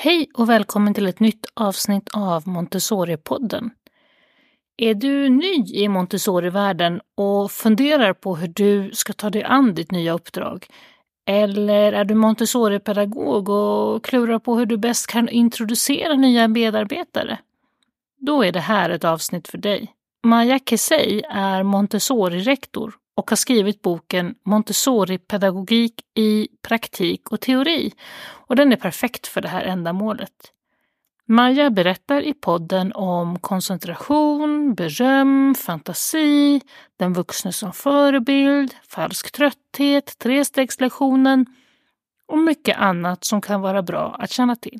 Hej och välkommen till ett nytt avsnitt av Montessori-podden. Är du ny i Montessori-världen och funderar på hur du ska ta dig an ditt nya uppdrag? Eller är du Montessori-pedagog och klurar på hur du bäst kan introducera nya medarbetare? Då är det här ett avsnitt för dig. Maja Kesey är Montessori-rektor och har skrivit boken Montessori-pedagogik i praktik och teori, och den är perfekt för det här ändamålet. Maja berättar i podden om koncentration, beröm, fantasi, den vuxne som förebild, falsk trötthet, trestegslektionen och mycket annat som kan vara bra att känna till.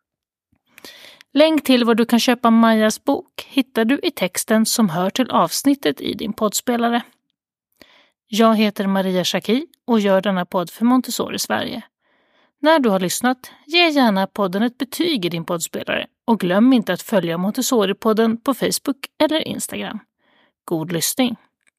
Länk till var du kan köpa Majas bok hittar du i texten som hör till avsnittet i din poddspelare. Jag heter Maria Schacki och gör denna podd för Montessori Sverige. När du har lyssnat, ge gärna podden ett betyg i din poddspelare och glöm inte att följa Montessori-podden på Facebook eller Instagram. God lyssning!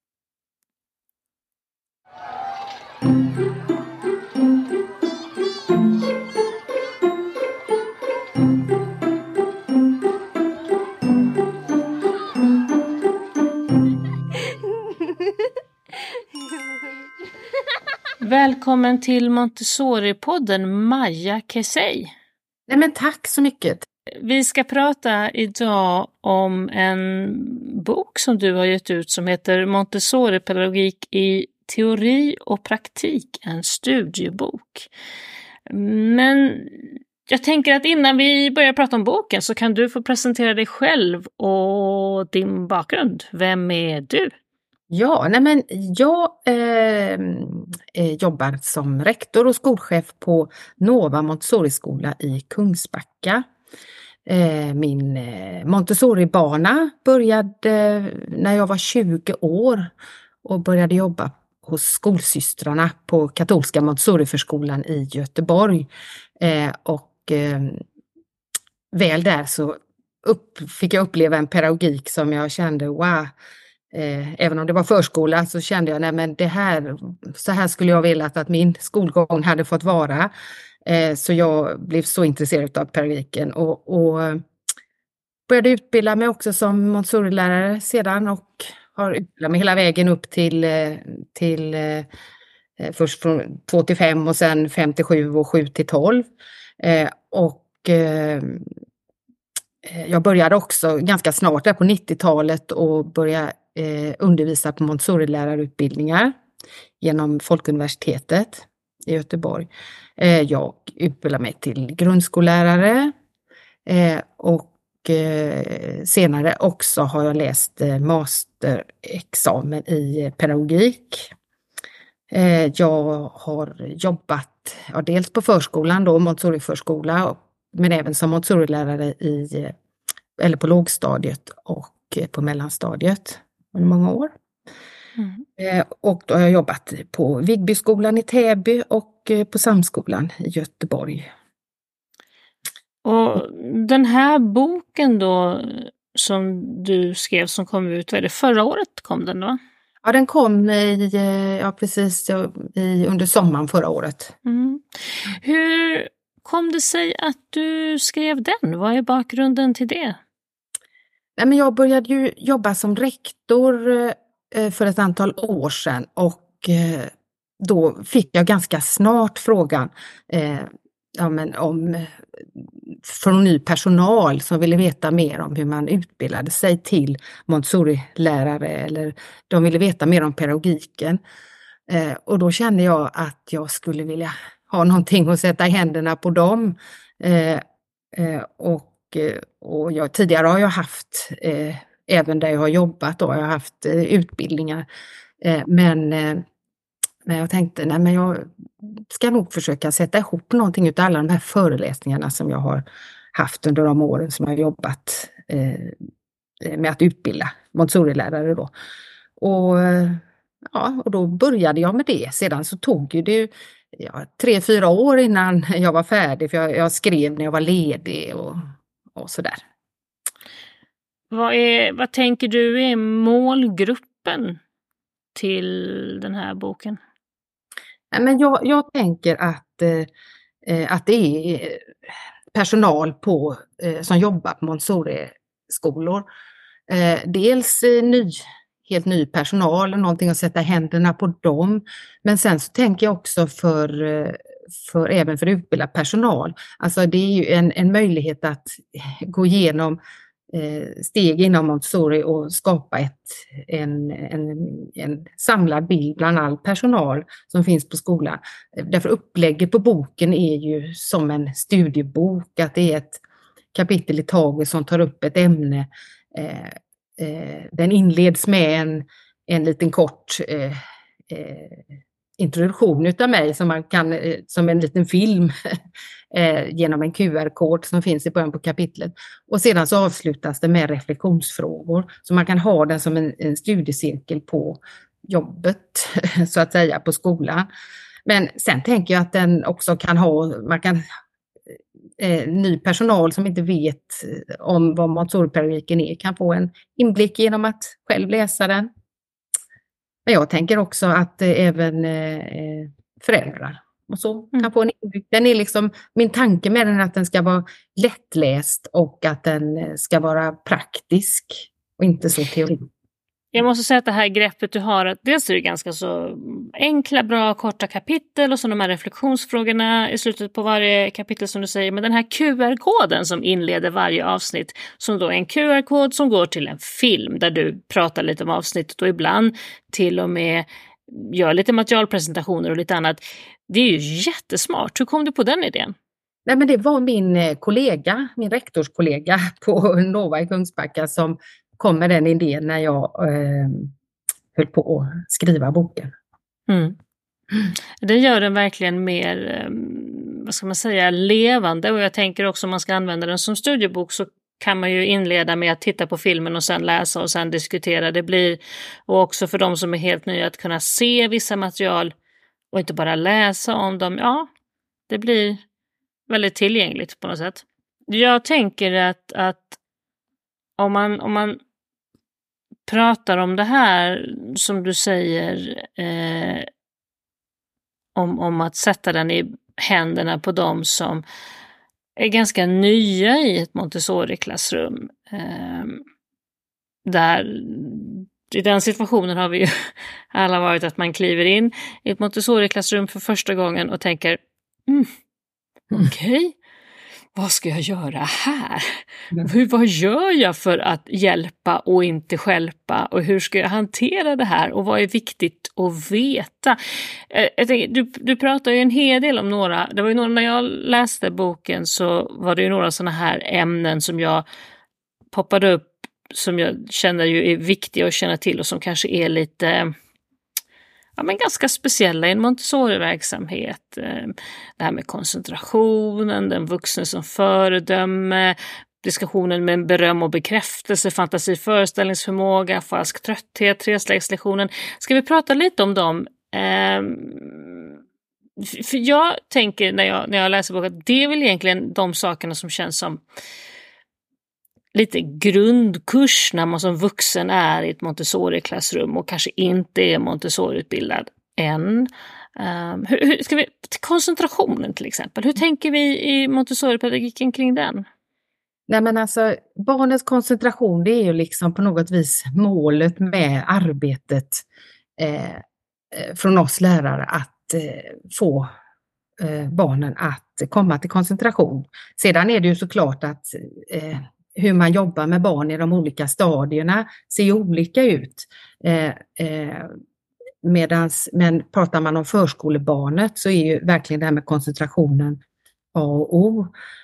Välkommen till Montessori-podden, Maja Kesey. Nej, men tack så mycket. Vi ska prata idag om en bok som du har gett ut som heter Montessori-pedagogik i teori och praktik, en studiebok. Men jag tänker att innan vi börjar prata om boken så kan du få presentera dig själv och din bakgrund. Vem är du? Ja, nej men jag jobbar som rektor och skolchef på Nova Montessori-skola i Kungsbacka. Min Montessori-bana började när jag var 20 år och började jobba hos skolsystrarna på katolska Montessori-förskolan i Göteborg. Väl där så fick jag uppleva en pedagogik som jag kände, wow. Även om det var förskola så kände jag, nej men så här skulle jag vilja att min skolgång hade fått vara. Så jag blev så intresserad av pedagogiken och började utbilda mig också som Montessori-lärare sedan och har utbildat mig hela vägen upp till först från 2 till 5 och sen 5 till 7 och 7 till 12. Jag började också ganska snart där på 90-talet och började undervisa på Montessori-lärarutbildningar genom Folkuniversitetet i Göteborg. Jag utbildade mig till grundskollärare och senare också har jag läst masterexamen i pedagogik. Jag har jobbat dels på förskolan då, Montessori-förskola, men även som Montessori-lärare eller på lågstadiet och på mellanstadiet under många år. Och då har jag jobbat på Vigbyskolan i Täby och på Samskolan i Göteborg. Och den här boken då som du skrev som kom ut, vad är det, förra året kom den då? Ja, den kom under sommaren förra året. Hur kom det sig att du skrev den? Vad är bakgrunden till det? Nej, men jag började ju jobba som rektor för ett antal år sedan och då fick jag ganska snart frågan från ny personal som ville veta mer om hur man utbildade sig till Montessori-lärare, eller de ville veta mer om pedagogiken. Och då kände jag att jag skulle vilja ha någonting att sätta i händerna på dem. Och tidigare har jag haft, även där jag har jobbat, då, jag har haft utbildningar. Men jag tänkte, nej men jag ska nog försöka sätta ihop någonting utav alla de här föreläsningarna som jag har haft under de åren som jag har jobbat med att utbilda Montessori-lärare då. Och då började jag med det. Sedan så tog det 3-4 år innan jag var färdig, för jag skrev när jag var ledig och sådär. Vad tänker du är målgruppen till den här boken? Men jag tänker att det är personal som jobbar på Montessori-skolor. Dels helt ny personal, någonting att sätta händerna på dem. Men sen så tänker jag också även för utbildad personal. Alltså det är ju en möjlighet att gå igenom steg inom Montessori och skapa en samlad bild bland all personal som finns på skolan. Därför upplägget på boken är ju som en studiebok, att det är ett kapitel i taget som tar upp ett ämne. Den inleds med en liten kort introduktion utav mig som man kan, som en liten film genom en QR-kod som finns i början på kapitlet. Och sedan så avslutas det med reflektionsfrågor, så man kan ha den som en studiecirkel på jobbet så att säga, på skolan. Men sen tänker jag att den också ny personal som inte vet om vad Montessori-pedagogiken är kan få en inblick genom att själv läsa den. Men jag tänker också att även föräldrar och så kan få en inblick. Den är liksom, min tanke med den är att den ska vara lättläst och att den ska vara praktisk och inte så teoretisk. Jag måste säga att det här greppet du har, att dels är det ganska så enkla, bra, korta kapitel och så de här reflektionsfrågorna i slutet på varje kapitel som du säger. Men den här QR-koden som inleder varje avsnitt, som då är en QR-kod som går till en film där du pratar lite om avsnittet och ibland till och med gör lite materialpresentationer och lite annat. Det är ju jättesmart. Hur kom du på den idén? Nej, men det var min rektorskollega på Nova i Kungsbacka som kom med den idén när jag höll på att skriva boken. Det gör den verkligen mer, vad ska man säga, levande, och jag tänker också om man ska använda den som studiebok så kan man ju inleda med att titta på filmen och sen läsa och sen diskutera. Det blir, och också för de som är helt nya, att kunna se vissa material och inte bara läsa om dem. Ja, det blir väldigt tillgängligt på något sätt. Jag tänker att om man pratar om det här som du säger om att sätta den i händerna på dem som är ganska nya i ett Montessori-klassrum. I den situationen har vi ju alla varit, att man kliver in i ett Montessori-klassrum för första gången och tänker okej. Vad ska jag göra här? Vad gör jag för att hjälpa och inte stjälpa? Och hur ska jag hantera det här? Och vad är viktigt att veta? Du pratar ju en hel del om några. Det var ju några, när jag läste boken så var det ju några sådana här ämnen som jag poppade upp, som jag känner ju är viktiga att känna till och som kanske är lite... Ja, men ganska speciella i en Montessori-verksamhet. Det här med koncentrationen, den vuxna som föredöme, diskussionen med beröm och bekräftelse, fantasi, föreställningsförmåga, falsk trötthet, trestegslektionen. Ska vi prata lite om dem? För jag tänker när jag läser boken att det är väl egentligen de sakerna som känns som lite grundkurs när man som vuxen är i ett Montessori-klassrum och kanske inte är Montessori-utbildad än. Hur ska vi, koncentrationen till exempel, hur tänker vi i Montessori-pedagogiken kring den? Nej, men alltså, barnens koncentration, det är ju liksom på något vis målet med arbetet från oss lärare, att få barnen att komma till koncentration. Sedan är det ju såklart att hur man jobbar med barn i de olika stadierna ser olika ut. Men pratar man om förskolebarnet så är ju verkligen det här med koncentrationen A och O.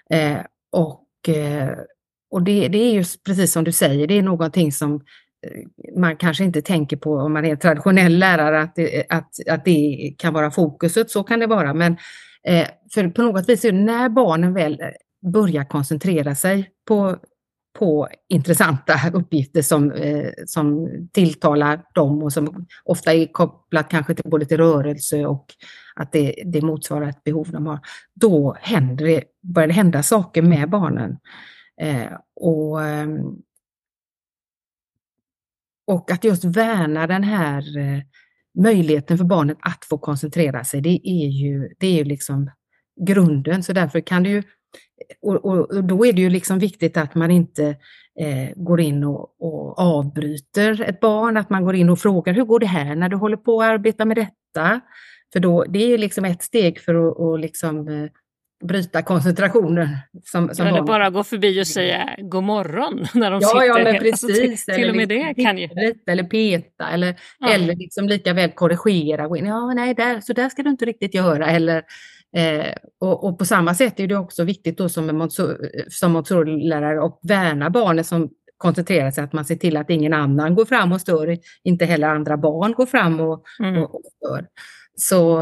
Och det är ju precis som du säger, det är någonting som man kanske inte tänker på om man är en traditionell lärare, att det kan vara fokuset, så kan det vara. Men för på något vis är det när barnen väl börjar koncentrera sig på intressanta uppgifter som tilltalar dem och som ofta är kopplat kanske till både till rörelse och att det motsvarar ett behov de har. Då börjar det hända saker med barnen. Och att just värna den här möjligheten för barnet att få koncentrera sig, det är ju liksom grunden. Så därför kan det ju och då är det ju liksom viktigt att man inte går in och avbryter ett barn, att man går in och frågar hur går det här när du håller på att arbeta med detta? För då, det är ju liksom ett steg för att liksom bryta koncentrationen. Eller bara gå förbi och säga god morgon när de sitter. Ja, men alltså, precis. till och med liksom, det kan ju. Eller peta eller liksom lika väl korrigera. Gå in, nej, så där ska du inte riktigt göra. Eller, och på samma sätt är det också viktigt då som Montessori-lärare att värna barnen som koncentrerar sig, att man ser till att ingen annan går fram och stör, inte heller andra barn går fram och stör. Så,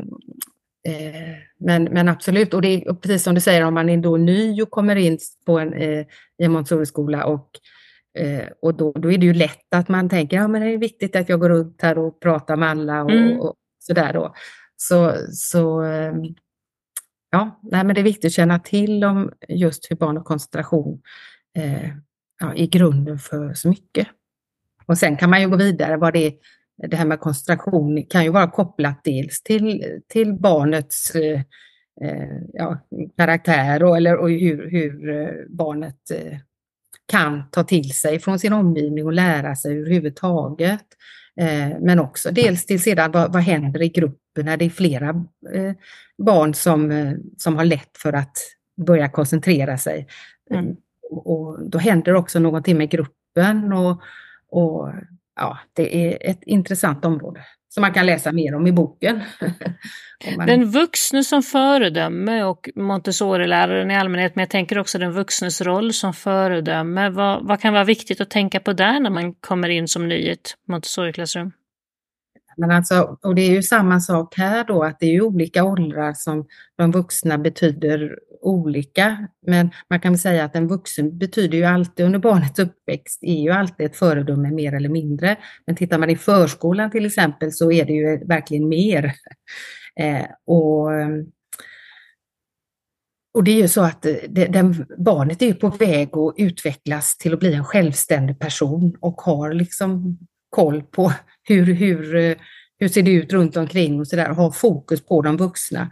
men absolut, och det är precis som du säger, om man är då ny och kommer in på i en Montessori-skola och då är det ju lätt att man tänker, men det är viktigt att jag går runt här och pratar med alla och sådär då. Så ja, nej, men det är viktigt att känna till om just hur barn och koncentration är grunden för så mycket. Och sen kan man ju gå vidare, det här med koncentration kan ju vara kopplat dels till barnets karaktär och hur barnet kan ta till sig från sin omgivning och lära sig överhuvudtaget. Men också dels till sedan vad händer i gruppen när det är flera barn som har lätt för att börja koncentrera sig. Och då händer också någonting med gruppen och det är ett intressant område som man kan läsa mer om i boken. Den vuxne som föredöme och Montessori-läraren i allmänhet, men jag tänker också den vuxnes roll som föredöme. Vad kan vara viktigt att tänka på där när man kommer in som ny i ett Montessori-klassrum? Men alltså, och det är ju samma sak här då, att det är ju olika åldrar som de vuxna betyder olika. Men man kan väl säga att en vuxen betyder ju alltid under barnets uppväxt, är ju alltid ett föredöme mer eller mindre. Men tittar man i förskolan till exempel så är det ju verkligen mer. Och det är ju så att barnet är ju på väg att utvecklas till att bli en självständig person och har liksom koll på hur ser det ut runt omkring och sådär, har fokus på de vuxna.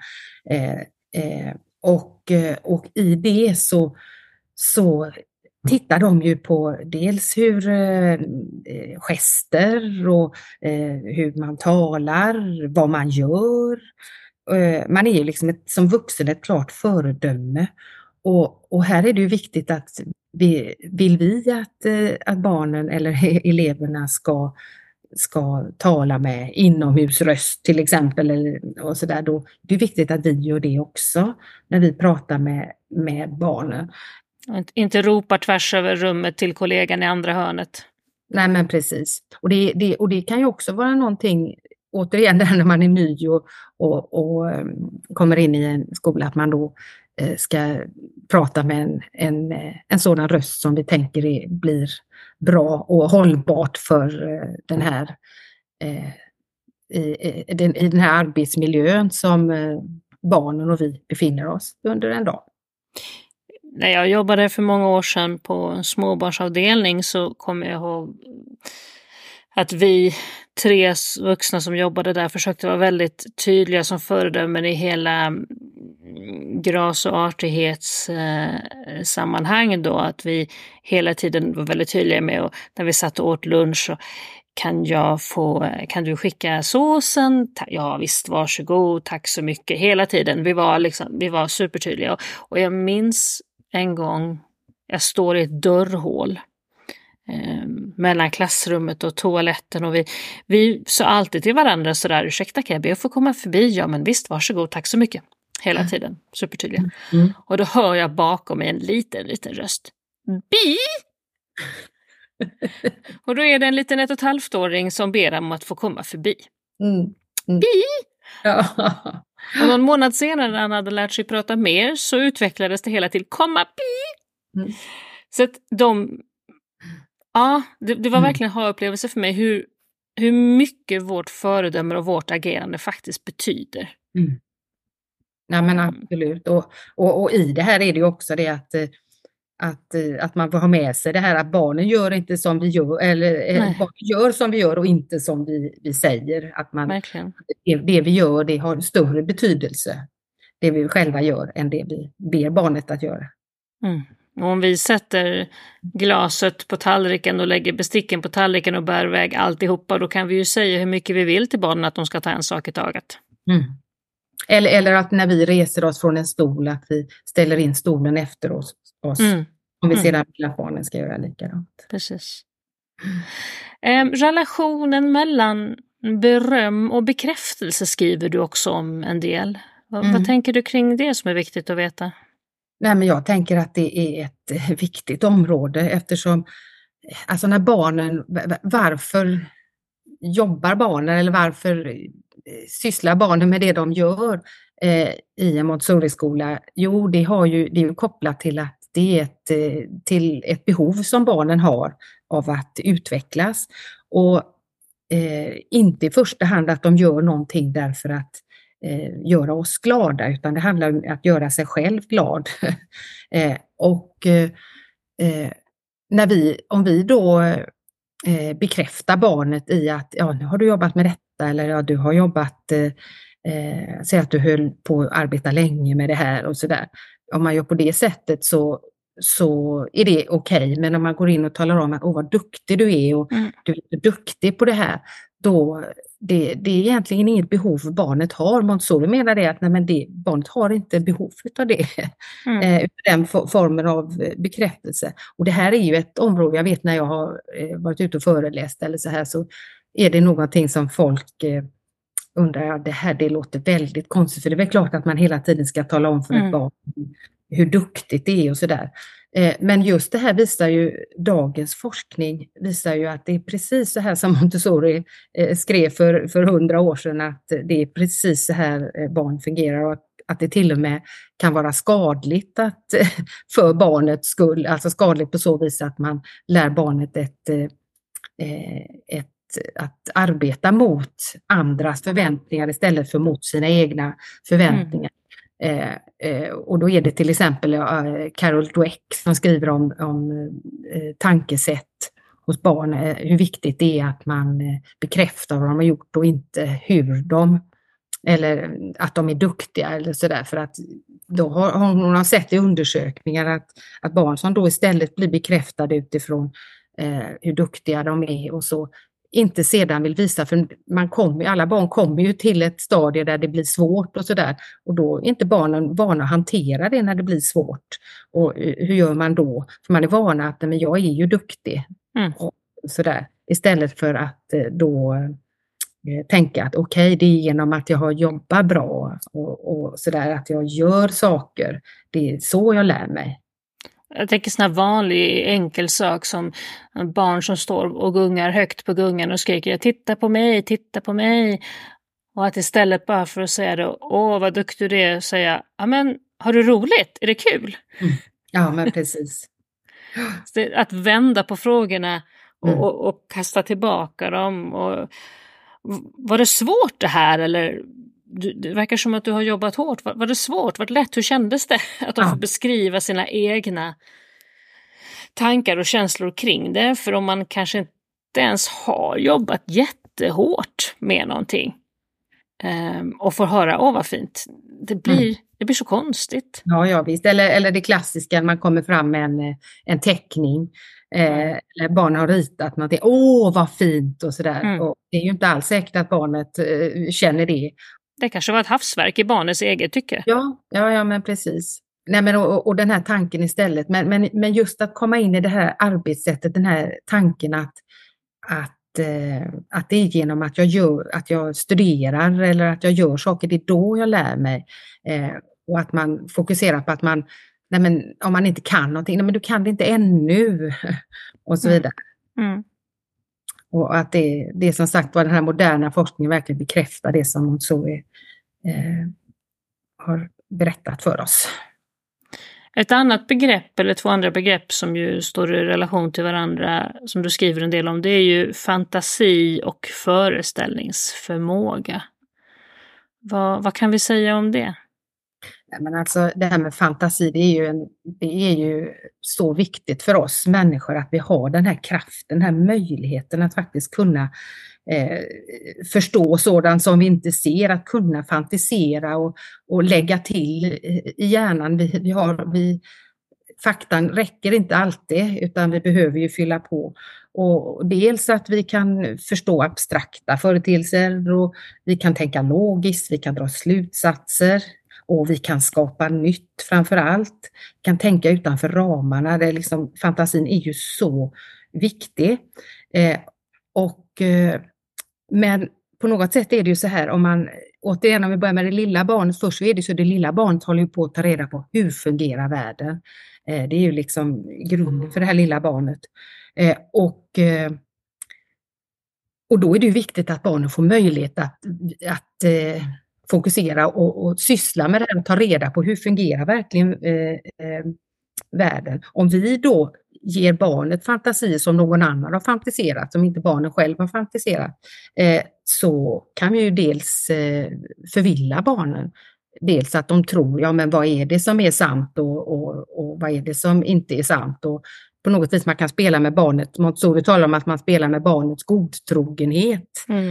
Och i det så tittar de ju på dels hur gester och hur man talar, vad man gör. Man är ju liksom som vuxen ett klart föredöme. Och här är det ju viktigt att vill vi att barnen eller eleverna ska tala med inomhusröst till exempel och sådär, då det är viktigt att vi gör det också när vi pratar med barnen. Inte ropar tvärs över rummet till kollegan i andra hörnet. Nej, men precis. Och det kan ju också vara någonting, återigen där när man är ny och kommer in i en skola, att man då ska prata med en sådan röst som vi tänker blir bra och hållbart för den här i den här arbetsmiljön som barnen och vi befinner oss under en dag. När jag jobbade för många år sedan på en småbarnsavdelning så kommer jag ihåg att vi 3 vuxna som jobbade där försökte vara väldigt tydliga som föredömen i hela gras- och artighetssammanhang då, att vi hela tiden var väldigt tydliga med, och när vi satt och åt lunch så kan du skicka såsen? Ja visst, varsågod, tack så mycket. Hela tiden, vi var supertydliga. Och jag minns en gång, jag står i ett dörrhål mellan klassrummet och toaletten, och vi sa alltid till varandra sådär, ursäkta, kan jag be att få komma förbi? Ja men visst, varsågod, tack så mycket. Hela tiden, supertydliga. Och då hör jag bakom mig en liten röst. Bi! Och då är det en liten 1,5-åring som ber om att få komma förbi. Bi! Ja. Och någon månad senare när han hade lärt sig prata mer så utvecklades det hela till komma bi! Så att det var verkligen en upplevelse för mig hur mycket vårt föredöme och vårt agerande faktiskt betyder. Ja, men absolut. Och i det här är det ju också det att man får ha med sig det här att barnen gör inte som vi gör, eller barnen gör som vi gör och inte som vi säger. Att det vi gör, det har en större betydelse det vi själva gör än det vi ber barnet att göra. Mm. Och om vi sätter glaset på tallriken och lägger besticken på tallriken och bär iväg alltihopa, då kan vi ju säga hur mycket vi vill till barnen att de ska ta en sak i taget. Mm. Eller att när vi reser oss från en stol, att vi ställer in stolen efter oss. Om vi sedan vill att barnen ska göra likadant. Precis. Relationen mellan beröm och bekräftelse skriver du också om en del. Vad tänker du kring det som är viktigt att veta? Nej, men jag tänker att det är ett viktigt område eftersom alltså när barnen, varför jobbar barnen eller varför sysslar barnen med det de gör i en Montessori-skola? Jo, det är ju kopplat till att det är till ett behov som barnen har av att utvecklas och inte i första hand att de gör någonting därför att göra oss glada, utan det handlar om att göra sig själv glad. Om vi då bekräftar barnet i att nu har du jobbat med detta eller du har jobbat, säg att du höll på att arbeta länge med det här och sådär. Om man gör på det sättet så är det okej. Men om man går in och talar om att vad duktig du är och du är duktig på det här, då det är egentligen inget behov barnet har. Montessori menar det att barnet har inte behov av det. Den formen av bekräftelse. Och det här är ju ett område, jag vet när jag har varit ute och föreläst eller så här, så är det någonting som folk undrar, det låter väldigt konstigt, för det är väl klart att man hela tiden ska tala om för ett barn hur duktigt det är och sådär. Men just det här visar ju, dagens forskning visar ju att det är precis så här som Montessori skrev för 100 år sedan, att det är precis så här barn fungerar och att det till och med kan vara skadligt för barnets skull, alltså skadligt på så vis att man lär barnet att arbeta mot andras förväntningar istället för mot sina egna förväntningar. Och då är det till exempel Carol Dweck som skriver om tankesätt hos barn, hur viktigt det är att man bekräftar vad de har gjort och inte hur eller att de är duktiga eller sådär, för att då hon har sett i undersökningar att barn som då istället blir bekräftade utifrån hur duktiga de är och så, inte sedan vill visa, för alla barn kommer ju till ett stadie där det blir svårt och sådär, och då är inte barnen vana att hantera det när det blir svårt. Och hur gör man då? För man är vana att men jag är ju duktig och sådär, istället för att då tänka att okej, det är genom att jag har jobbat bra och sådär, att jag gör saker, det är så jag lär mig. Jag tänker sån här vanlig enkel sak som barn som står och gungar högt på gungan och skriker titta på mig. Och att istället bara för att säga det, vad duktig du är, säga, men har du roligt? Är det kul? Ja, men precis. Att vända på frågorna och kasta tillbaka dem. Och, var det svårt det här? Eller det verkar som att du har jobbat hårt. Var det svårt? Var det lätt? Hur kändes det? Att de får beskriva sina egna tankar och känslor kring det. För om man kanske inte ens har jobbat jättehårt med någonting och får höra, vad fint. Det blir så konstigt. Ja, visst. Eller det klassiska, man kommer fram med en teckning. Eller barnen har ritat någonting. Vad fint och sådär. Och det är ju inte alls säkert att barnet känner det. Det kanske var ett havsverk i barnets eget tycke. Ja, men precis. Nej, men och den här tanken istället. Men just att komma in i det här arbetssättet, den här tanken att det är genom att jag studerar eller att jag gör saker, det är då jag lär mig. Och att man fokuserar på att om man inte kan någonting, men du kan det inte ännu och så vidare. Och att det som sagt var, den här moderna forskningen verkligen bekräftar det som Montessori har berättat för oss. Ett annat begrepp, eller två andra begrepp som ju står i relation till varandra, som du skriver en del om, det är ju fantasi och föreställningsförmåga. Vad kan vi säga om det? Men alltså det här med fantasi, det är ju så viktigt för oss människor att vi har den här kraften, den här möjligheten att faktiskt kunna förstå sådant som vi inte ser, att kunna fantisera och lägga till i hjärnan. Faktan räcker inte alltid, utan vi behöver ju fylla på. Och dels att vi kan förstå abstrakta företeelser och vi kan tänka logiskt, vi kan dra slutsatser och vi kan skapa nytt framför allt. Vi kan tänka utanför ramarna. Fantasin är ju så viktig. Men på något sätt är det ju så här, om vi börjar med det lilla barnet först, så är det så att det lilla barnet håller ju på att ta reda på hur fungerar världen. Det är ju liksom grunden för det här lilla barnet. Och då är det ju viktigt att barnen får möjlighet att fokusera och syssla med det här och ta reda på hur fungerar verkligen världen. Om vi då ger barnet fantasier som någon annan har fantiserat, som inte barnen själv har fantiserat, så kan vi ju dels förvilla barnen. Dels att de tror, ja men vad är det som är sant och vad är det som inte är sant, och på något vis man kan spela med barnet. Montessori talar om att man spelar med barnets godtrogenhet.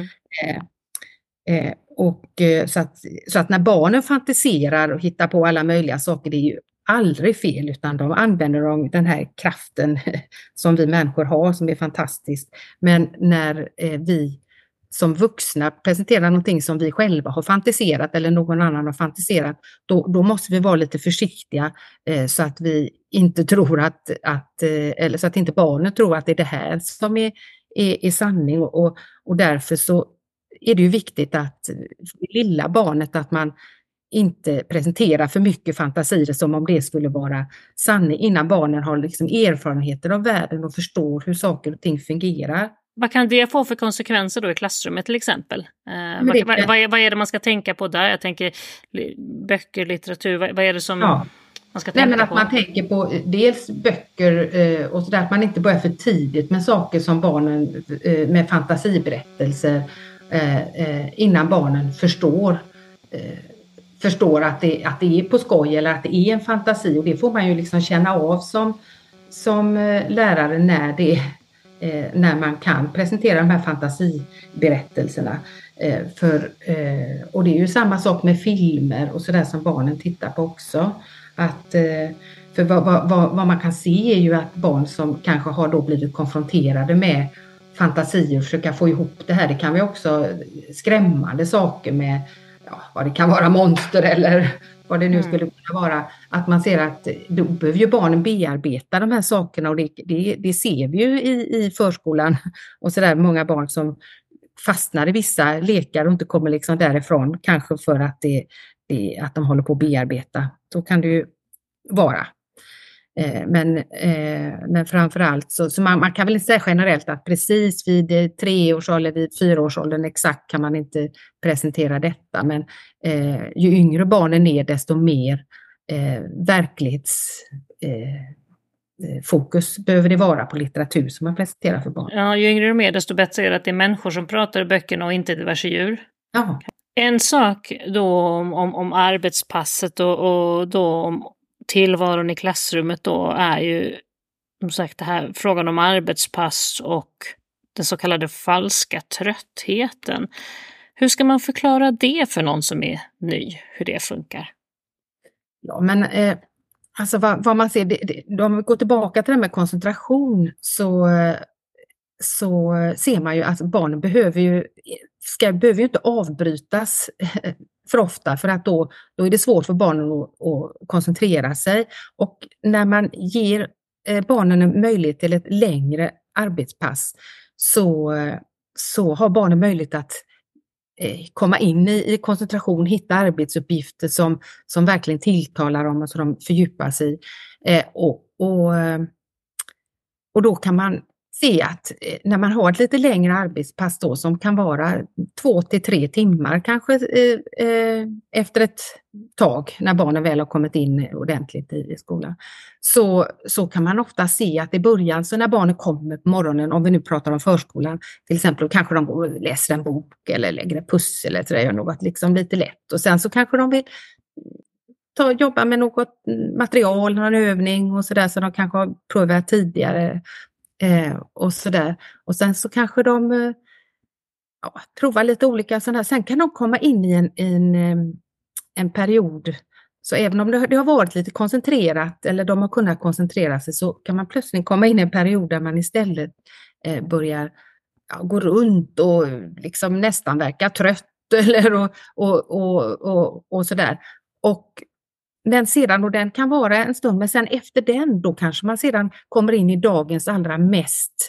Så att när barnen fantiserar och hittar på alla möjliga saker, det är ju aldrig fel, utan de använder den här kraften som vi människor har, som är fantastiskt. Men när vi som vuxna presenterar någonting som vi själva har fantiserat eller någon annan har fantiserat, då måste vi vara lite försiktiga så att vi inte tror eller så att inte barnen tror att det är det här som är sanning, och därför så är det ju viktigt att det lilla barnet, att man inte presenterar för mycket fantasier som om det skulle vara sanning, innan barnen har liksom erfarenheter av världen och förstår hur saker och ting fungerar. Vad kan det få för konsekvenser då i klassrummet till exempel? Vad är det man ska tänka på där? Jag tänker böcker, litteratur, vad är det som man ska tänka på? Att man tänker på dels böcker och sådär, att man inte börjar för tidigt med saker som barnen med fantasiberättelser innan barnen förstår att det är på skoj eller att det är en fantasi, och det får man ju liksom känna av som lärare när man kan presentera de här fantasiberättelserna. Och det är ju samma sak med filmer och sådär som barnen tittar på också. För vad man kan se är ju att barn som kanske har då blivit konfronterade med fantasier och försöka få ihop det här, det kan vi också skrämmande saker med, vad det kan vara, monster eller vad det nu skulle kunna vara, att man ser att då behöver ju barnen bearbeta de här sakerna, och det ser vi ju i förskolan och sådär, många barn som fastnar i vissa lekar och inte kommer liksom därifrån, kanske för att att de håller på att bearbeta. Så kan det ju vara. Men framförallt så man kan väl inte säga generellt att precis vid 3-årsåldern, vid 4-årsåldern exakt kan man inte presentera detta, men ju yngre barnen är desto mer verklighetsfokus behöver det vara på litteratur som man presenterar för barn. Ja, ju yngre de är desto bättre är det att det är människor som pratar i böckerna och inte diverse djur. Ja. En sak då om arbetspasset och då om tillvaron i klassrummet då är ju som sagt det här frågan om arbetspass och den så kallade falska tröttheten. Hur ska man förklara det för någon som är ny, hur det funkar? Ja, men alltså vad man ser, om vi går tillbaka till det med koncentration, så ser man ju att barnen behöver ju inte avbrytas för ofta, för att då är det svårt för barnen att koncentrera sig. Och när man ger barnen en möjlighet till ett längre arbetspass, så har barnen möjlighet att komma in i koncentration, hitta arbetsuppgifter som verkligen tilltalar dem och som de fördjupar sig i. Och då kan man se att när man har ett lite längre arbetspass då, som kan vara 2 till 3 timmar kanske efter ett tag, när barnen väl har kommit in ordentligt i skolan, så kan man ofta se att i början, så när barnen kommer på morgonen, om vi nu pratar om förskolan till exempel, kanske de går och läser en bok eller lägger ett pussel eller så, gör något liksom lite lätt, och sen så kanske de vill jobba med något material, någon övning och sådär som de kanske har provat tidigare och sådär. Och sen så kanske de provar lite olika sådana här. Sen kan de komma in i en period. Så även om det har varit lite koncentrerat eller de har kunnat koncentrera sig, så kan man plötsligt komma in i en period där man istället börjar gå runt och liksom nästan verka trött eller och sådär. Men sedan, och den kan vara en stund, men sen efter den då kanske man sedan kommer in i dagens allra mest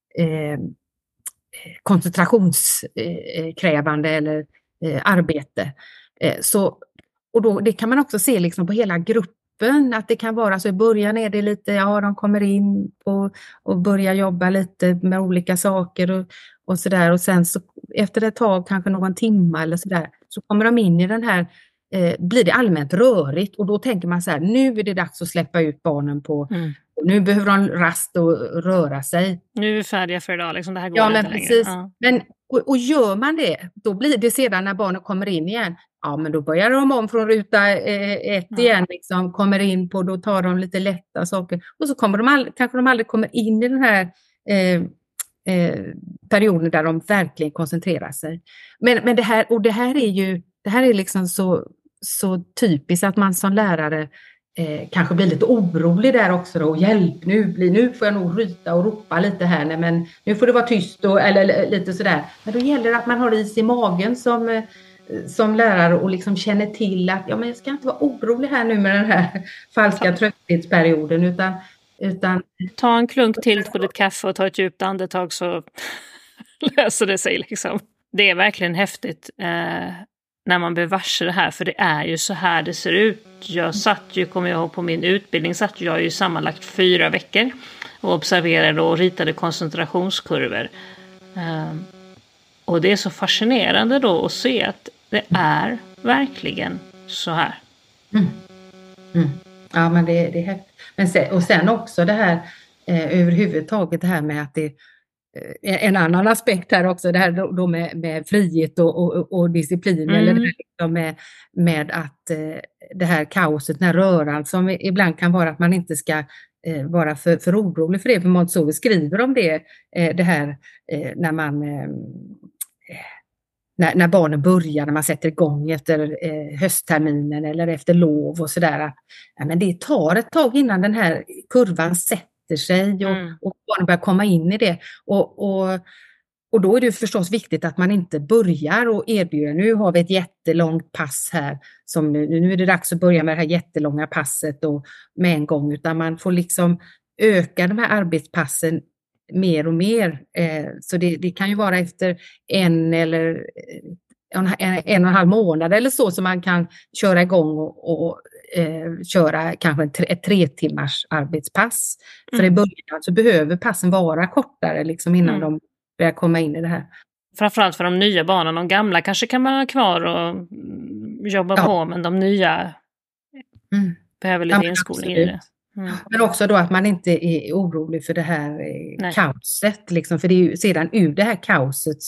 koncentrationskrävande eller arbete. Och då, det kan man också se liksom på hela gruppen, att det kan vara så i början är det lite, de kommer in och börjar jobba lite med olika saker och sådär, och sen så efter ett tag, kanske någon timme eller sådär, så kommer de in i den här, blir det allmänt rörigt, och då tänker man så här, nu är det dags att släppa ut barnen nu behöver de rast och röra sig. Nu är vi färdiga för idag, liksom, det här går inte längre. Precis. Ja. Men och gör man det, då blir det sedan när barnen kommer in igen, men då börjar de om från ruta ett igen, liksom, kommer in på, då tar de lite lätta saker, och så kommer kanske de aldrig kommer in i den här perioden där de verkligen koncentrerar sig. Men det här är liksom så typiskt att man som lärare kanske blir lite orolig där också då. Hjälp, nu får jag nog ryta och ropa lite här. Nej, men nu får det vara tyst eller lite sådär. Men då gäller det att man har is i magen som lärare och liksom känner till att men jag ska inte vara orolig här nu med den här falska trötthetsperioden, utan ta en klunk till på ditt kaffe och ta ett djupt andetag, så löser det sig liksom. Det är verkligen häftigt när man blir varse det här, för det är ju så här det ser ut. Kommer jag ihåg, på min utbildning satt jag ju sammanlagt 4 veckor och observerade och ritade koncentrationskurvor. Och det är så fascinerande då att se att det är verkligen så här. Ja, men det är häftigt. Och sen också det här överhuvudtaget, det här med att det en annan aspekt här också, det här då med frihet och disciplin, eller det här med att det här kaoset, den här röran som ibland kan vara att man inte ska vara för orolig för det, för Montessori skriver om det här när man när barnen börjar, när man sätter igång efter höstterminen eller efter lov och sådär, men det tar ett tag innan den här kurvan sätter sig och barnen börjar komma in i det, och då är det förstås viktigt att man inte börjar och erbjuder, nu har vi ett jättelångt pass här, som nu är det dags att börja med det här jättelånga passet och med en gång, utan man får liksom öka de här arbetspassen mer och mer. Så det kan ju vara efter 1,5 månad eller så man kan köra igång och köra kanske ett 3 timmars arbetspass. För i början så behöver passen vara kortare liksom innan de börjar komma in i det här. Framförallt för de nya barnen. De gamla kanske kan man ha kvar och jobba på, men de nya behöver lite inskolning i det. Men också då att man inte är orolig för det här kaoset, liksom, för det är ju sedan ur det här kaoset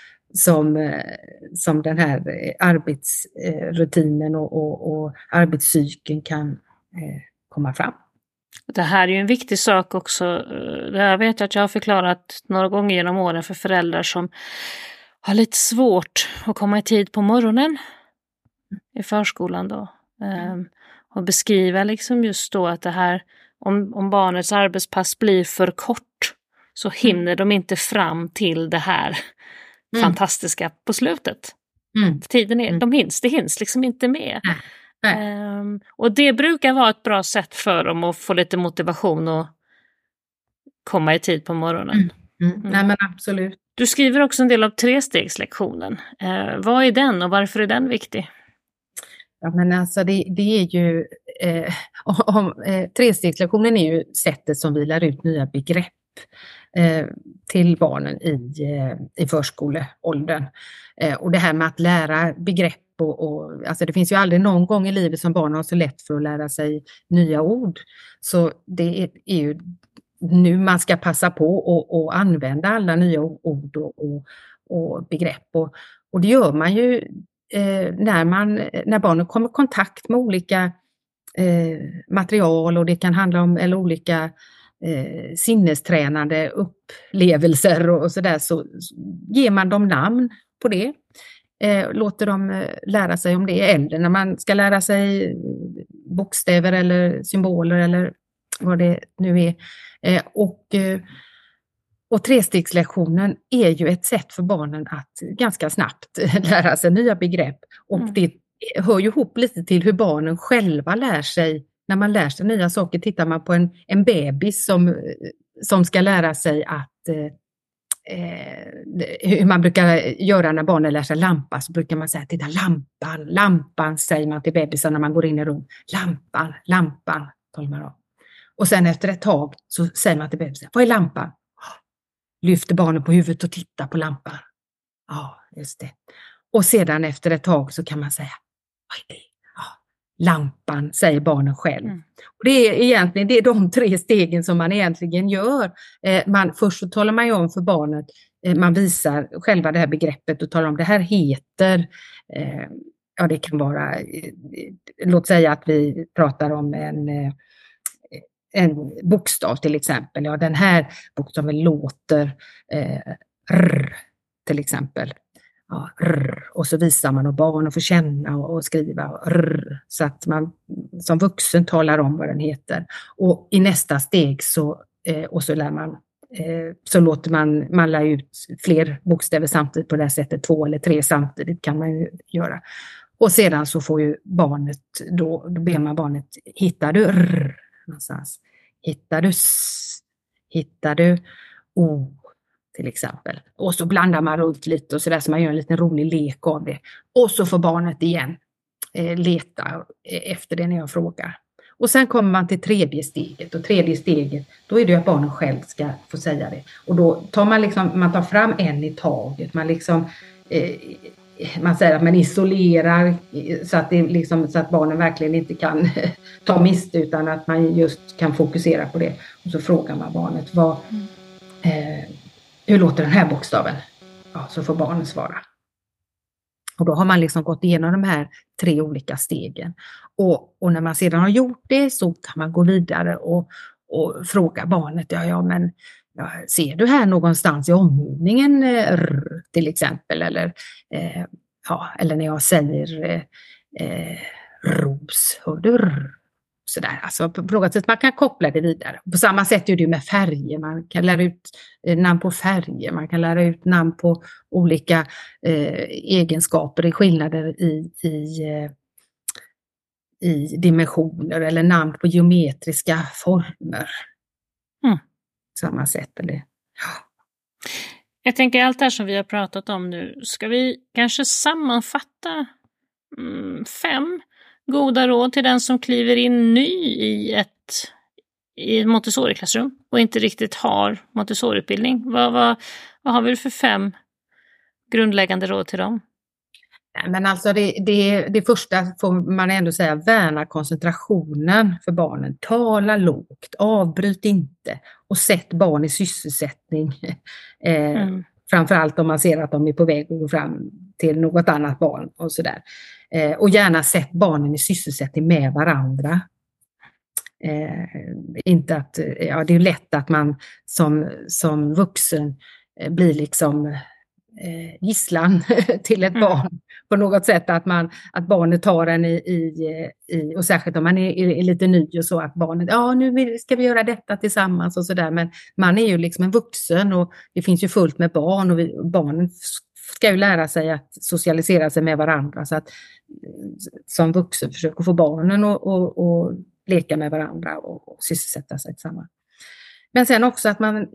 som den här arbetsrutinen och arbetscykeln kan komma fram. Det här är ju en viktig sak också. Det här vet jag att jag har förklarat några gånger genom åren för föräldrar som har lite svårt att komma i tid på morgonen i förskolan då. Och beskriva liksom just då att det här, om barnets arbetspass blir för kort, så hinner de inte fram till det här fantastiska på slutet. Tiden är, det hinns liksom inte med. Och det brukar vara ett bra sätt för dem att få lite motivation och komma i tid på morgonen. Nej, men absolut. Du skriver också en del av 3-stegslektionen. Vad är den och varför är den viktig? Ja, men alltså det är ju 3-stegslektionen är ju sättet som vi lär ut nya begrepp till barnen i förskoleåldern. Och det här med att lära begrepp och alltså det finns ju aldrig någon gång i livet som barn har så lätt för att lära sig nya ord. Så det är ju nu man ska passa på och använda alla nya ord och begrepp. Och det gör man ju när barnen kommer i kontakt med olika material och det kan handla om eller olika sinnestränande upplevelser och sådär, så ger man dem namn på det. Låter dem lära sig om det, eller när man ska lära sig bokstäver eller symboler eller vad det nu är. Och trestegslektionen är ju ett sätt för barnen att ganska snabbt lära sig nya begrepp. Och det hör ju ihop lite till hur barnen själva lär sig. När man lär sig nya saker, tittar man på en bebis som ska lära sig att hur man brukar göra när barnen lär sig lampa, så brukar man säga titta, lampan säger man till bebisen när man går in i rum. Lampan talar man om. Och sen efter ett tag så säger man till bebisen, vad är lampan? Lyfter barnen på huvudet och tittar på lampan. Ja, just det. Och sedan efter ett tag så kan man säga, vad är det? Ja, lampan, säger barnen själv. Och det är egentligen de 3 stegen som man egentligen gör. Först så talar man ju om för barnet, man visar själva det här begreppet och talar om det här heter, ja det kan vara, låt säga att vi pratar om en bokstav till exempel. Ja, den här bokstaven låter r till exempel. Ja, r. Och så visar man och barnen får känna och skriva r, så att man som vuxen talar om vad den heter. Och i nästa steg så lär man så låter man lär ut fler bokstäver samtidigt på det här sättet, 2 eller 3 samtidigt kan man ju göra. Och sedan så får ju barnet, då ber man barnet, hittar du r någonstans? Hittar du s? Hittar du o? Till exempel. Och så blandar man runt lite och så där, så man gör en liten rolig lek av det. Och så får barnet igen leta efter det när jag frågar. Och sen kommer man till 3:e steget. Och 3:e steget, då är det att barnen själv ska få säga det. Och då tar man tar fram en i taget. Man man säger att man isolerar så att, så att barnen verkligen inte kan ta miste, utan att man just kan fokusera på det. Och så frågar man barnet, hur låter den här bokstaven? Ja, så får barnen svara. Och då har man gått igenom de här 3 olika stegen. Och när man sedan har gjort det så kan man gå vidare och fråga barnet, men ser du här någonstans i omgivningen till exempel? Eller när jag säger ros, hör du r? Sådär. Alltså på något sätt man kan koppla det vidare. På samma sätt är det med färger. Man kan lära ut namn på färger. Man kan lära ut namn på olika egenskaper, skillnader i dimensioner, eller namn på geometriska former. Samma sätt. Eller? Jag tänker allt det här som vi har pratat om nu, ska vi kanske sammanfatta 5 goda råd till den som kliver in ny i ett Montessori-klassrum och inte riktigt har Montessori-utbildning. Vad har vi för 5 grundläggande råd till dem? Men alltså det första får man ändå säga, värna koncentrationen för barnen. Tala lågt, avbryt inte och sätt barn i sysselsättning. Framförallt om man ser att de är på väg att gå fram till något annat barn och sådär. Och gärna sätt barnen i sysselsättning med varandra. Inte att, det är lätt att man som vuxen blir gisslan till ett barn på något sätt, att barnet tar en i och särskilt om man är lite ny och så, att barnet, nu ska vi göra detta tillsammans och sådär, men man är ju en vuxen och det finns ju fullt med barn och barnen ska ju lära sig att socialisera sig med varandra, så att som vuxen försöker få barnen och leka med varandra och sysselsätta sig tillsammans. Men sen också att man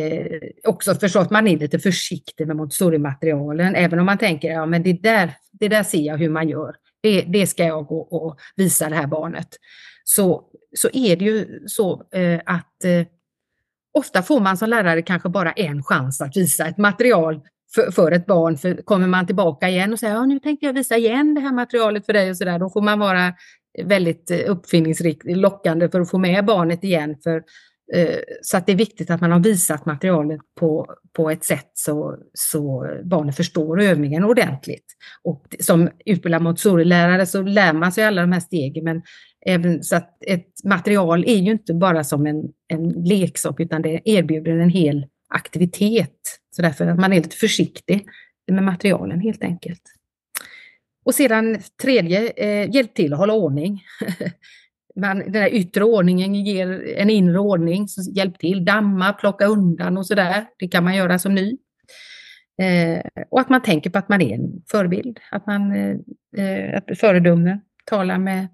är lite försiktig med Montessori-materialen, även om man tänker, men det där ser jag hur man gör. Det ska jag gå och visa det här barnet. Så är det ju så att ofta får man som lärare kanske bara en chans att visa ett material för ett barn. För kommer man tillbaka igen och säger, nu tänkte jag visa igen det här materialet för dig och sådär, då får man vara väldigt uppfinningsrik, lockande för att få med barnet igen. Så att det är viktigt att man har visat materialet på ett sätt så barnen förstår övningen ordentligt. Och som utbildad Montessori-lärare så lär man sig alla de här stegen, Även så att ett material är ju inte bara som en leksak, utan det erbjuder en hel aktivitet. Så därför att man är lite försiktig med materialen helt enkelt. Och sedan tredje, hjälp till att hålla ordning. Den här yttre ordningen ger en inre ordning, så hjälp till, damma, plocka undan och sådär. Det kan man göra som ny. Och att man tänker på att man är en förebild, att man ett föredöme, talar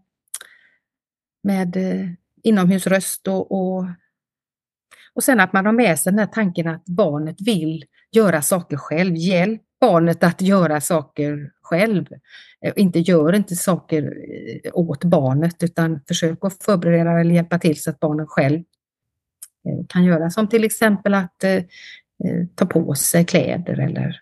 med inomhusröst och sen att man har med sig den här tanken att barnet vill göra saker själv. Hjälp barnet att göra saker själv. Gör inte saker åt barnet, utan försök att förbereda eller hjälpa till så att barnet själv kan göra. Som till exempel att ta på sig kläder eller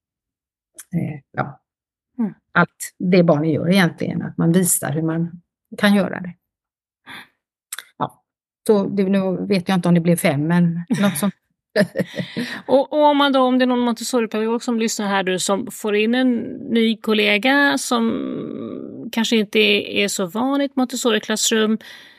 allt det barnen gör egentligen. Att man visar hur man kan göra det. Ja, så nu vet jag inte om det blev 5, men något som och om det är någon Montessori-pedagog som lyssnar här nu som får in en ny kollega som kanske inte är så van i ett Montessori-klassrum,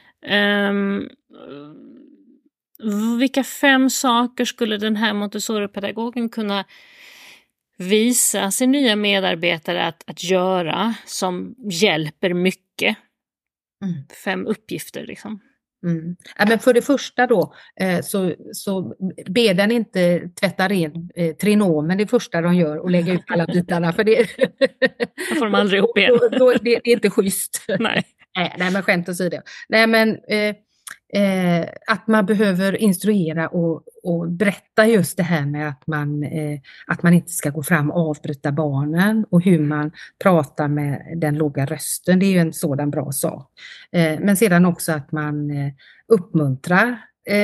vilka 5 saker skulle den här Montessori-pedagogen kunna visa sin nya medarbetare att göra som hjälper mycket? 5 uppgifter liksom. Ja, men för det första då så ber den inte tvätta rent trinomen det första de gör och lägga ut alla bitarna, för det då får de aldrig upp igen. Det är inte schysst. Nej, men skämt åsido. Nej, men att man behöver instruera och berätta just det här med att man inte ska gå fram och avbryta barnen, och hur man pratar med den låga rösten. Det är ju en sådan bra sak. Men sedan också att man uppmuntrar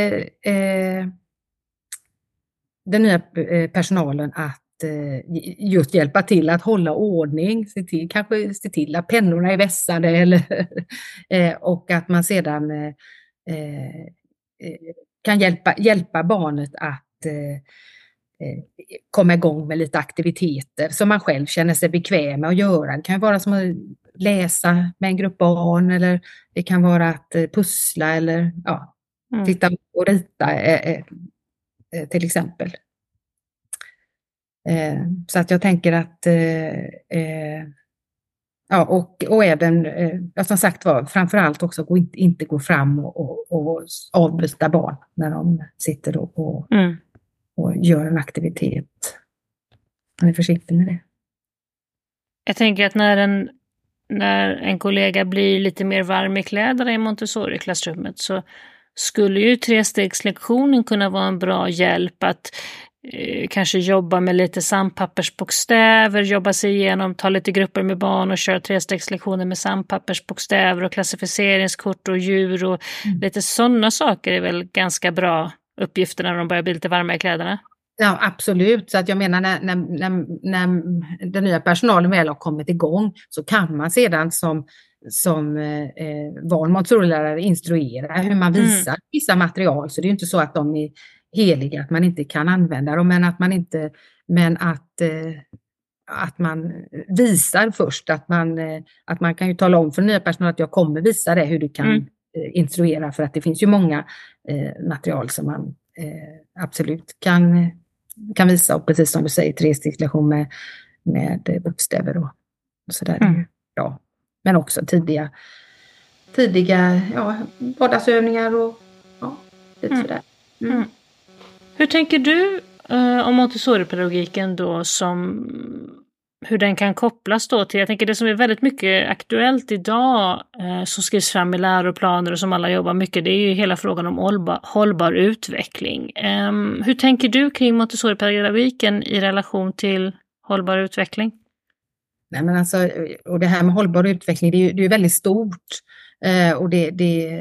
den nya personalen att just hjälpa till att hålla ordning, kanske se till att pennorna är vässade eller och att man sedan kan hjälpa barnet att komma igång med lite aktiviteter som man själv känner sig bekväm med att göra. Det kan vara som att läsa med en grupp barn, eller det kan vara att pussla eller titta och rita till exempel. Så att jag tänker att och även som sagt var, framförallt också inte gå fram och avbryta barn när de sitter och gör en aktivitet. Man är försiktig med det. Jag tänker att när en kollega blir lite mer varm i kläderna i Montessori-klassrummet, så skulle ju 3-stegslektionen kunna vara en bra hjälp att kanske jobba med lite sandpappersbokstäver, jobba sig igenom, ta lite grupper med barn och köra 3-stegslektioner med sandpappersbokstäver och klassificeringskort och djur och lite sådana saker är väl ganska bra uppgifter när de börjar bli lite varma i kläderna. Ja, absolut. Så att jag menar när den nya personalen väl har kommit igång, så kan man sedan som van Montessori-lärare instruera hur man visar vissa material. Så det är ju inte så att de är heliga, att man inte kan använda dem, men att man visar först, att man kan ju tala om för nya personal att jag kommer visa dig hur du kan instruera, för att det finns ju många material som man absolut kan visa, och precis som du säger, 3-stegslektion med bokstäver och sådär. Ja. Men också tidiga vardagsövningar och lite sådär. Hur tänker du om Montessori-pedagogiken då, hur den kan kopplas då till, jag tänker det som är väldigt mycket aktuellt idag som skrivs fram i läroplaner och som alla jobbar mycket, det är ju hela frågan om hållbar utveckling. Hur tänker du kring Montessori-pedagogiken i relation till hållbar utveckling? Nej, men alltså, och det här med hållbar utveckling, det är ju väldigt stort, och det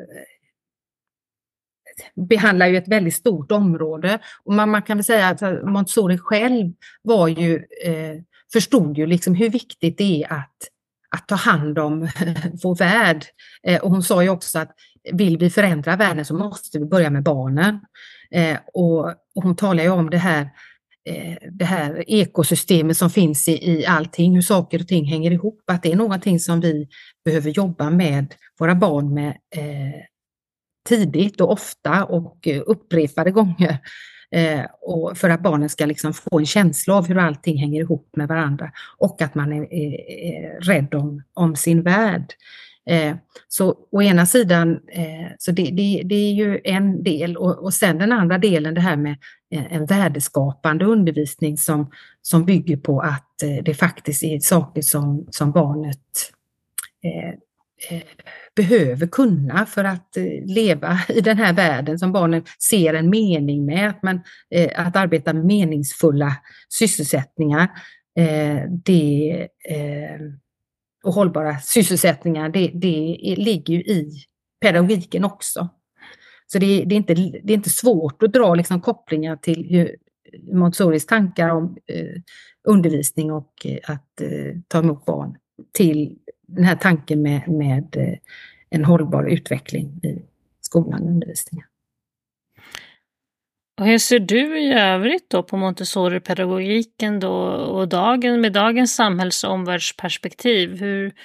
behandlar ju ett väldigt stort område, och man kan väl säga att Montessori själv förstod ju liksom hur viktigt det är att ta hand om vår värld, och hon sa ju också att vill vi förändra världen så måste vi börja med barnen, och hon talar ju om det här det här ekosystemet som finns i allting, hur saker och ting hänger ihop, att det är någonting som vi behöver jobba med våra barn med tidigt och ofta och upprepade gånger. Och för att barnen ska liksom få en känsla av hur allting hänger ihop med varandra och att man är rädd om sin värld. Så å ena sidan, så det är ju en del och sen den andra delen det här med en värdeskapande undervisning som bygger på att det faktiskt är saker som barnet behöver kunna för att leva i den här världen som barnen ser en mening med, att arbeta med meningsfulla sysselsättningar och hållbara sysselsättningar, det ligger ju i pedagogiken också. Så det är inte svårt att dra liksom kopplingar till Montessoris tankar om undervisning och att ta emot barn till den här tanken med en hållbar utveckling i skolan och undervisningen. Och hur ser du i övrigt då på Montessori-pedagogiken då och med dagens samhälls- och omvärldsperspektiv?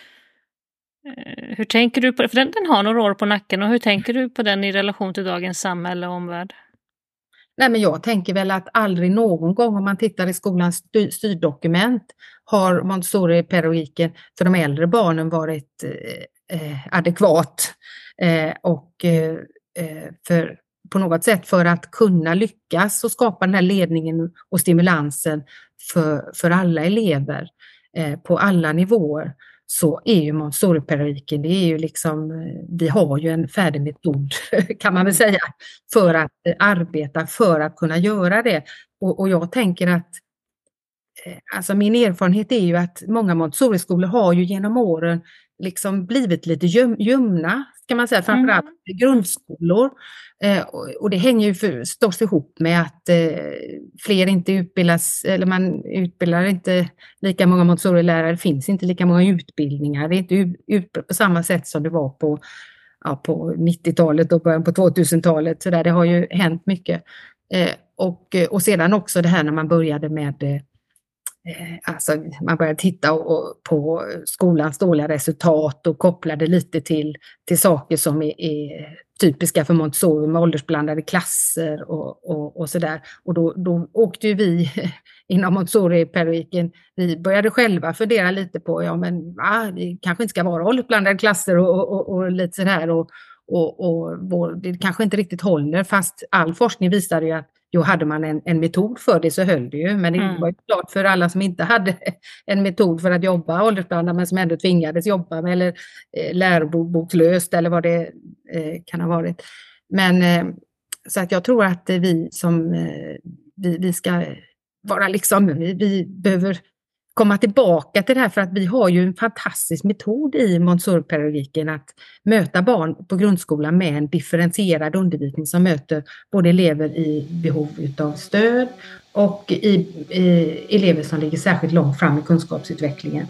Hur tänker du på det? För den har några år på nacken, och hur tänker du på den i relation till dagens samhälle och omvärld? Nej, men jag tänker väl att aldrig någon gång, om man tittar i skolans styrdokument, har Montessori-pedagogiken för de äldre barnen varit adekvat. På något sätt för att kunna lyckas och skapa den här ledningen och stimulansen för alla elever på alla nivåer, så är ju Montessori-pedagogiken, det är ju liksom, vi har ju en färdig metod kan man väl säga för att arbeta för att kunna göra det. Och jag tänker att alltså min erfarenhet är ju att många Montessori-skolor har ju genom åren liksom blivit lite ljumna, ska man säga, framförallt grundskolor. Och det hänger ju förstås ihop med att fler inte utbildas, eller man utbildar inte lika många Montessori-lärare, det finns inte lika många utbildningar, det är inte utbrett på samma sätt som det var på 90-talet och början på 2000-talet. Så där, det har ju hänt mycket. Och sedan också det här när man började med alltså man började titta på skolans dåliga resultat och kopplade lite till saker som är typiska för Montessori med åldersblandade klasser och sådär. Och då åkte ju vi inom Montessori-pedagogiken, vi började själva fundera lite på, det kanske inte ska vara åldersblandade klasser och lite sådär och det kanske inte riktigt håller, fast all forskning visade ju att hade man en metod för det så höll det ju, men det var ju klart för alla som inte hade en metod för att jobba åldersblandad men som ändå tvingades jobba med eller lärobokslöst eller vad det kan ha varit. Men så att jag tror att vi ska vara liksom, vi behöver komma tillbaka till det här, för att vi har ju en fantastisk metod i Montessori-pedagogiken att möta barn på grundskolan med en differentierad undervisning som möter både elever i behov av stöd och i elever som ligger särskilt långt fram i kunskapsutvecklingen.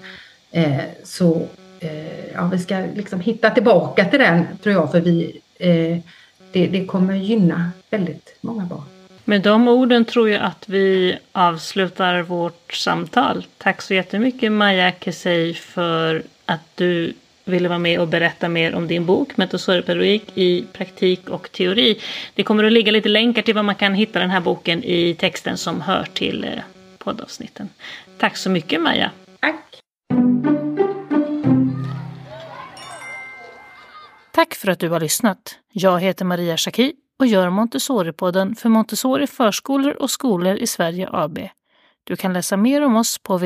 Vi ska liksom hitta tillbaka till den, tror jag, för det kommer gynna väldigt många barn. Med de orden tror jag att vi avslutar vårt samtal. Tack så jättemycket, Maja Kesey, för att du ville vara med och berätta mer om din bok Montessori-pedagogik i praktik och teori. Det kommer att ligga lite länkar till var man kan hitta den här boken i texten som hör till poddavsnitten. Tack så mycket, Maja. Tack. Tack för att du har lyssnat. Jag heter Maria Schacki och gör Montessori-podden för Montessori förskolor och skolor i Sverige AB. Du kan läsa mer om oss på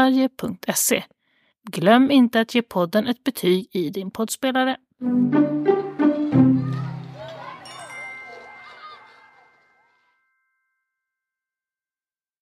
www.montessorisverige.se. Glöm inte att ge podden ett betyg i din poddspelare.